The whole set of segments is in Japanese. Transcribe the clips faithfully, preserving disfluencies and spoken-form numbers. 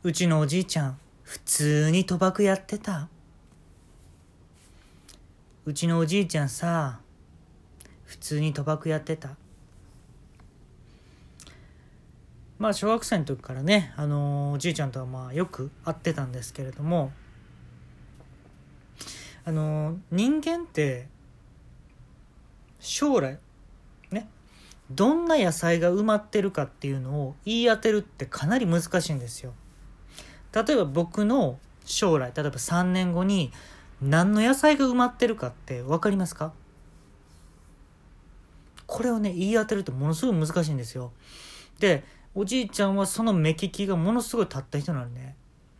うちのおじいちゃん普通に賭博やってた。うちのおじいちゃんさ、普通に賭博やってた。まあ小学生の時からね、あのー、おじいちゃんとはまあよく会ってたんですけれども、あのー、人間って将来ね、どんな野菜が埋まってるかっていうのを言い当てるってかなり難しいんですよ。例えば僕の将来、例えばさんねんごに何の野菜が埋まってるかって分かりますか？これをね言い当てるってものすごい難しいんですよ。で、おじいちゃんはその目利きがものすごい立った人なのね。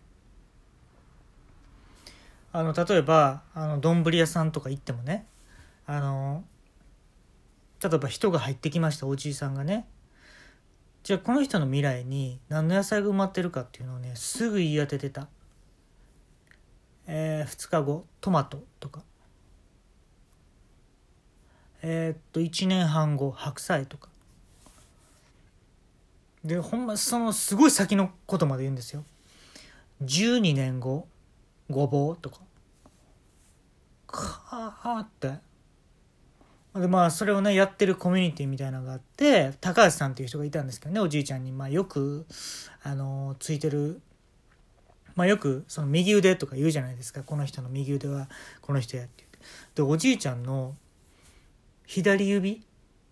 あの例えばあの丼屋さんとか行ってもね、あの例えば人が入ってきました。おじいさんがね、じゃあこの人の未来に何の野菜が埋まってるかっていうのをねすぐ言い当ててた。えー、ふつかごトマトとか、えー、っといちねんはんご白菜とかで、ほんまそのすごい先のことまで言うんですよ。じゅうにねんごごぼうとかかーってで、まあそれをねやってるコミュニティみたいなのがあって、高橋さんっていう人がいたんですけどね、おじいちゃんにまあよくあのついてる、まあよくその右腕とか言うじゃないですか。この人の右腕はこの人やって言って、でおじいちゃんの左指、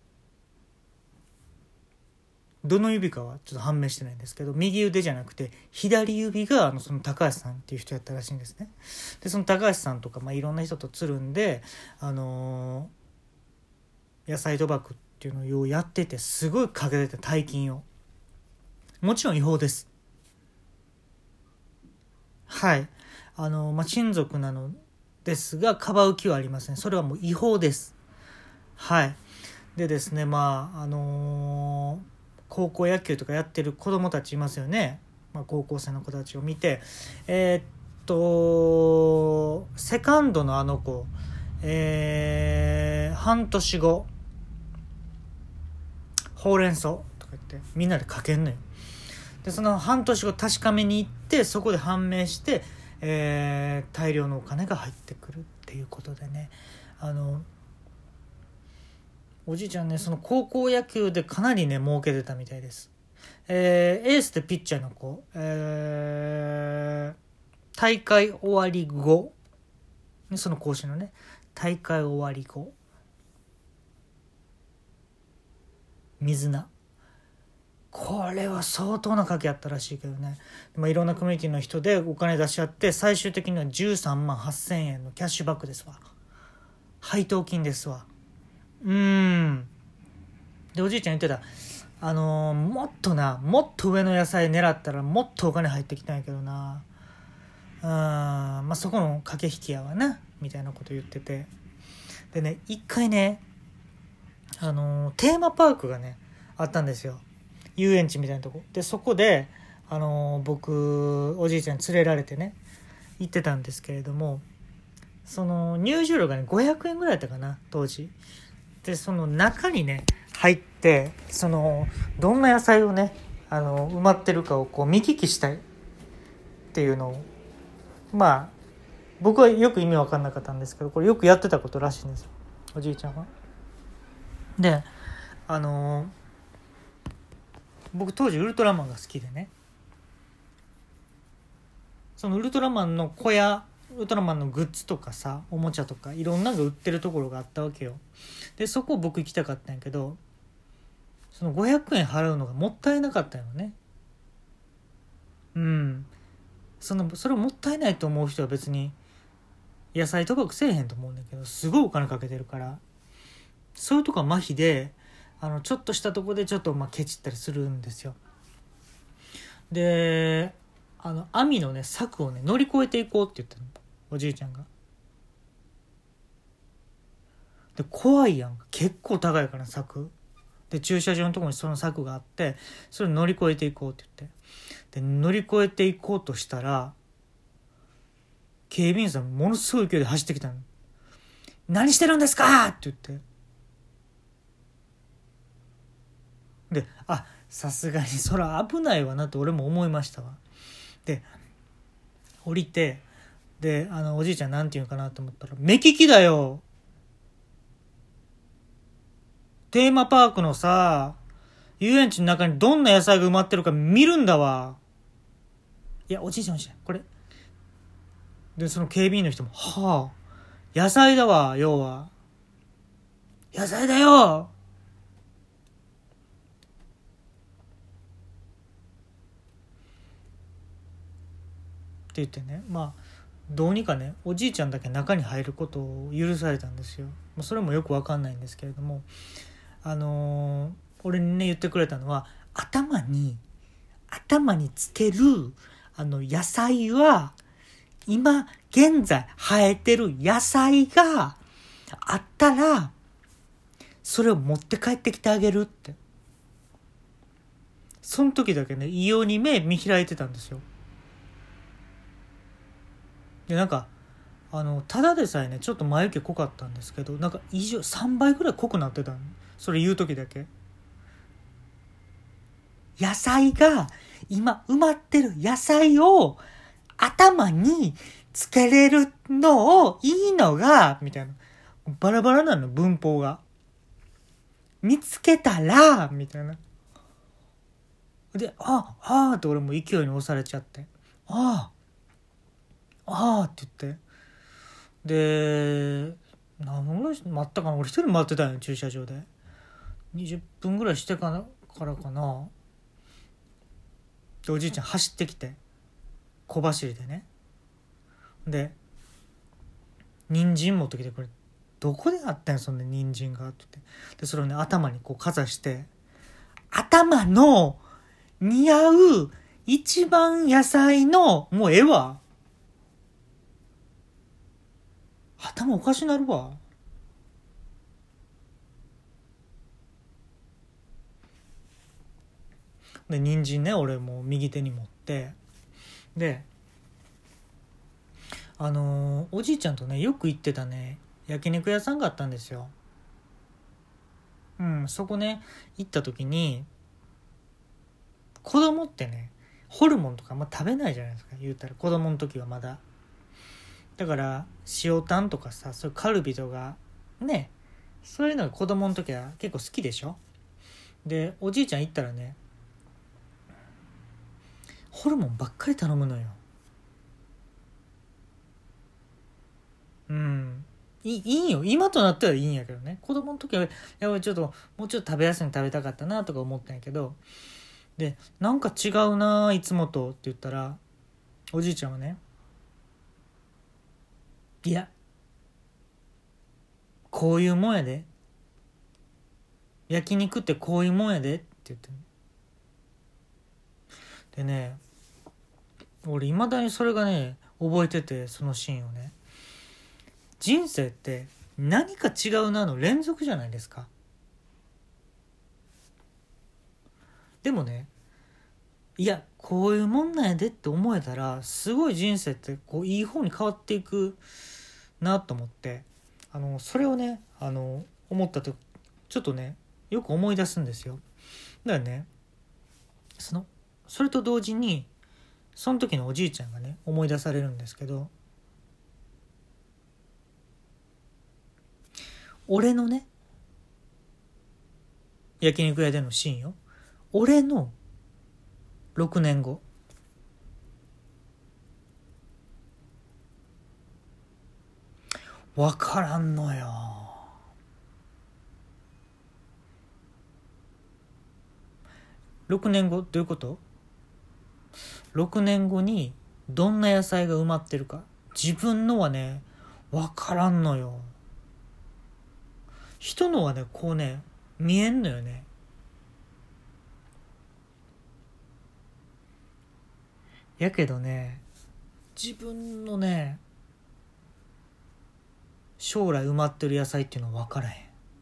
どの指かはちょっと判明してないんですけど、右腕じゃなくて左指があのその高橋さんっていう人やったらしいんですね。でその高橋さんとか、まあ、いろんな人とつるんで、あのー、野菜賭博っていうのをようやってて、すごいかけてた大金を。もちろん違法です。はい、あのー、まあ親族なのですがかばう気はありません。それはもう違法です。はい。でですね、まああのー高校野球とかやってる子供たちいますよね。まあ、高校生の子たちを見て、えー、っとセカンドのあの子、えー、半年後ほうれん草とか言ってみんなでかけんのよ。でその半年後確かめに行って、そこで判明して、えー、大量のお金が入ってくるっていうことでね、あのおじいちゃんね、その高校野球でかなりね儲けてたみたいです。えー、エースでピッチャーの子、えー、大会終わり後、その講師のね、大会終わり後、水菜、これは相当な賭けやったらしいけどね。まあ、いろんなコミュニティの人でお金出し合って、最終的にはじゅうさんまんはっせんえんのキャッシュバックですわ。配当金ですわ。うーん。でおじいちゃん言ってた、あのー、もっとなもっと上の野菜狙ったらもっとお金入ってきたんやけどな、うん、まあそこの駆け引きやわなみたいなこと言ってて、でね一回ね、あのー、テーマパークがねあったんですよ。遊園地みたいなとこで、そこで、あのー、僕おじいちゃんに連れられてね行ってたんですけれども、その入場料がねごひゃくえんぐらいだったかな当時で、その中にね入って、そのどんな野菜をねあの埋まってるかをこう見聞きしたいっていうのを、まあ僕はよく意味わかんなかったんですけど、これよくやってたことらしいんですよ、おじいちゃんは。で、あの僕当時ウルトラマンが好きでね、そのウルトラマンの小屋、ウルトラマンのグッズとかさ、おもちゃとかいろんなのが売ってるところがあったわけよ。でそこ僕行きたかったんやけど、そのごひゃくえん払うのがもったいなかったよね。うんそのそれをもったいないと思う人は別に野菜賭博せえへんと思うんだけど、すごいお金かけてるから、そういうとこは麻痺で、あのちょっとしたとこでちょっとまあケチったりするんですよ。で、あの網のね柵をね乗り越えていこうって言ったの、おじいちゃんが。で怖いやん、結構高いから柵で、駐車場のところにその柵があって、それ乗り越えていこうって言って、で乗り越えていこうとしたら、警備員さんものすごい勢いで走ってきたの。何してるんですかって言って、で、あ、さすがにそら危ないわなと俺も思いましたわ。 で降りて、であのおじいちゃんなんて言うかなと思ったら、目利きだよ、テーマパークのさ遊園地の中にどんな野菜が埋まってるか見るんだわ。いやおじいちゃんおじいちゃんこれで、その警備員の人もはあ野菜だわ、要は野菜だよって言ってね、まあどうにかねおじいちゃんだけ中に入ることを許されたんですよ。それもよくわかんないんですけれども、あのー、俺にね言ってくれたのは、頭に頭につけるあの野菜は今現在生えてる野菜があったらそれを持って帰ってきてあげるって。その時だけね異様に目見開いてたんですよ。でなんかあのただでさえねちょっと眉毛濃かったんですけど、なんか異常さんばいぐらい濃くなってたの。それ言う時だけ野菜が今埋まってる野菜を頭につけれるのをいいのがみたいな、バラバラなの文法が。見つけたらみたいなで、ああって俺も勢いに押されちゃって、ああああって言って、で何分ぐらい待ったかな、俺一人待ってたよ駐車場で。にじゅっぷんぐらいしてからからかな。でおじいちゃん走ってきて小走りでね、で人参持ってきて、これどこであったんやそんな人参がって言って、でそれをね頭にこうかざして、頭の似合う一番野菜のもうええわ、頭おかしなるわ。で人参ね俺もう右手に持って、であのー、おじいちゃんとねよく行ってたね焼肉屋さんがあったんですよ。うんそこね行った時に、子供ってねホルモンとかあんま食べないじゃないですか、言うたら子供の時はまだ。だから塩タンとかさ、そういうカルビとかね、そういうのが子供の時は結構好きでしょ。でおじいちゃん行ったらねホルモンばっかり頼むのよ。うんいいいいよ、今となってはいいんやけどね。子供の時はやっぱりちょっともうちょっと食べやすいの食べたかったなとか思ったんやけど、でなんか違うないつもとって言ったら、おじいちゃんはね、いやこういうもんやで、焼肉ってこういうもんやでって言ってでね、俺いまだにそれがね覚えてて、そのシーンをね、人生って何か違うなの連続じゃないですか。でもね、いやこういうもんなんやでって思えたら、すごい人生ってこういい方に変わっていくなと思って、あのそれをねあの思ったとちょっとねよく思い出すんですよ。だからね、そのそれと同時にその時のおじいちゃんがね思い出されるんですけど、俺のね焼肉屋でのシーンよ、俺のろくねんご、わからんのよ。ろくねんごどういうこと？ろくねんごにどんな野菜が埋まってるか自分のはねわからんのよ。人のはねこうね見えんのよね。やけどね自分のね将来埋まってる野菜っていうのは分からへん。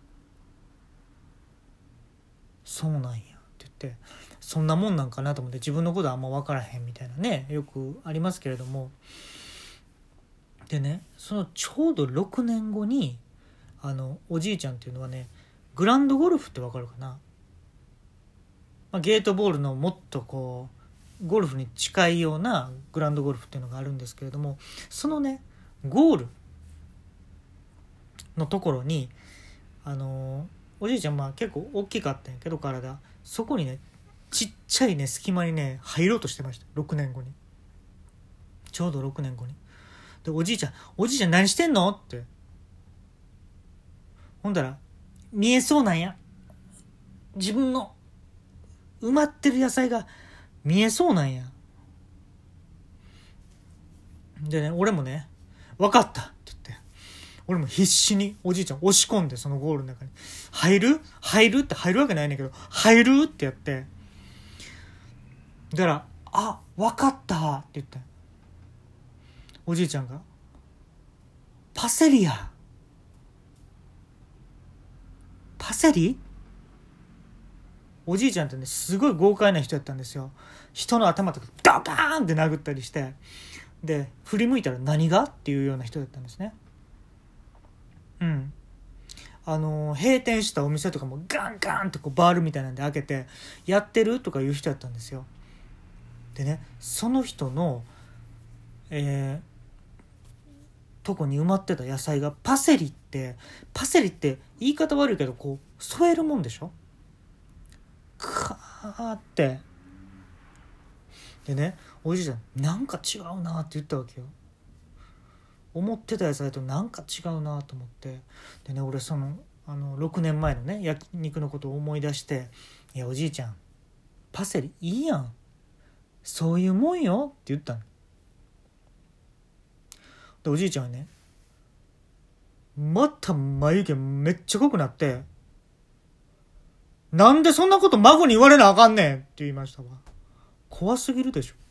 そうなんやって言って、そんなもんなんかなと思って、自分のことはあんま分からへんみたいなねよくありますけれども、でねそのちょうどろくねんごにあのおじいちゃんっていうのはねグランドゴルフって分かるかな、まあ、ゲートボールのもっとこゴルフに近いようなグラウンドゴルフっていうのがあるんですけれども、そのねゴールのところにあのおじいちゃんまあ結構大きかったんやけど体、そこにねちっちゃいね隙間にね入ろうとしてました。ろくねんごに、ちょうどろくねんごに。でおじいちゃんおじいちゃん何してんのって、ほんだら見えそうなんや、自分の埋まってる野菜が見えそうなんや。でね俺もね分かったって言って、俺も必死におじいちゃん押し込んで、そのゴールの中に入る入るって入るわけないねんけど、入るってやって、だからあ分かったって言って、おじいちゃんがパセリや、パセリ、おじいちゃんってねすごい豪快な人やったんですよ。人の頭とかドカーンって殴ったりして、で振り向いたら何がっていうような人だったんですね。うんあの閉店したお店とかもガンガンってこうバールみたいなんで開けてやってるとかいう人やったんですよ。でねその人のえーとこに埋まってた野菜がパセリって、パセリって言い方悪いけどこう添えるもんでしょ、かーって。でねおじいちゃんなんか違うなって言ったわけよ。思ってた野菜となんか違うなと思って、でね俺そのあのろくねんまえのね焼肉のことを思い出して、いやおじいちゃんパセリいいやん、そういうもんよって言ったの。でおじいちゃんはねまた眉毛めっちゃ濃くなって、なんでそんなこと孫に言われなあかんねんって言いましたわ。怖すぎるでしょ。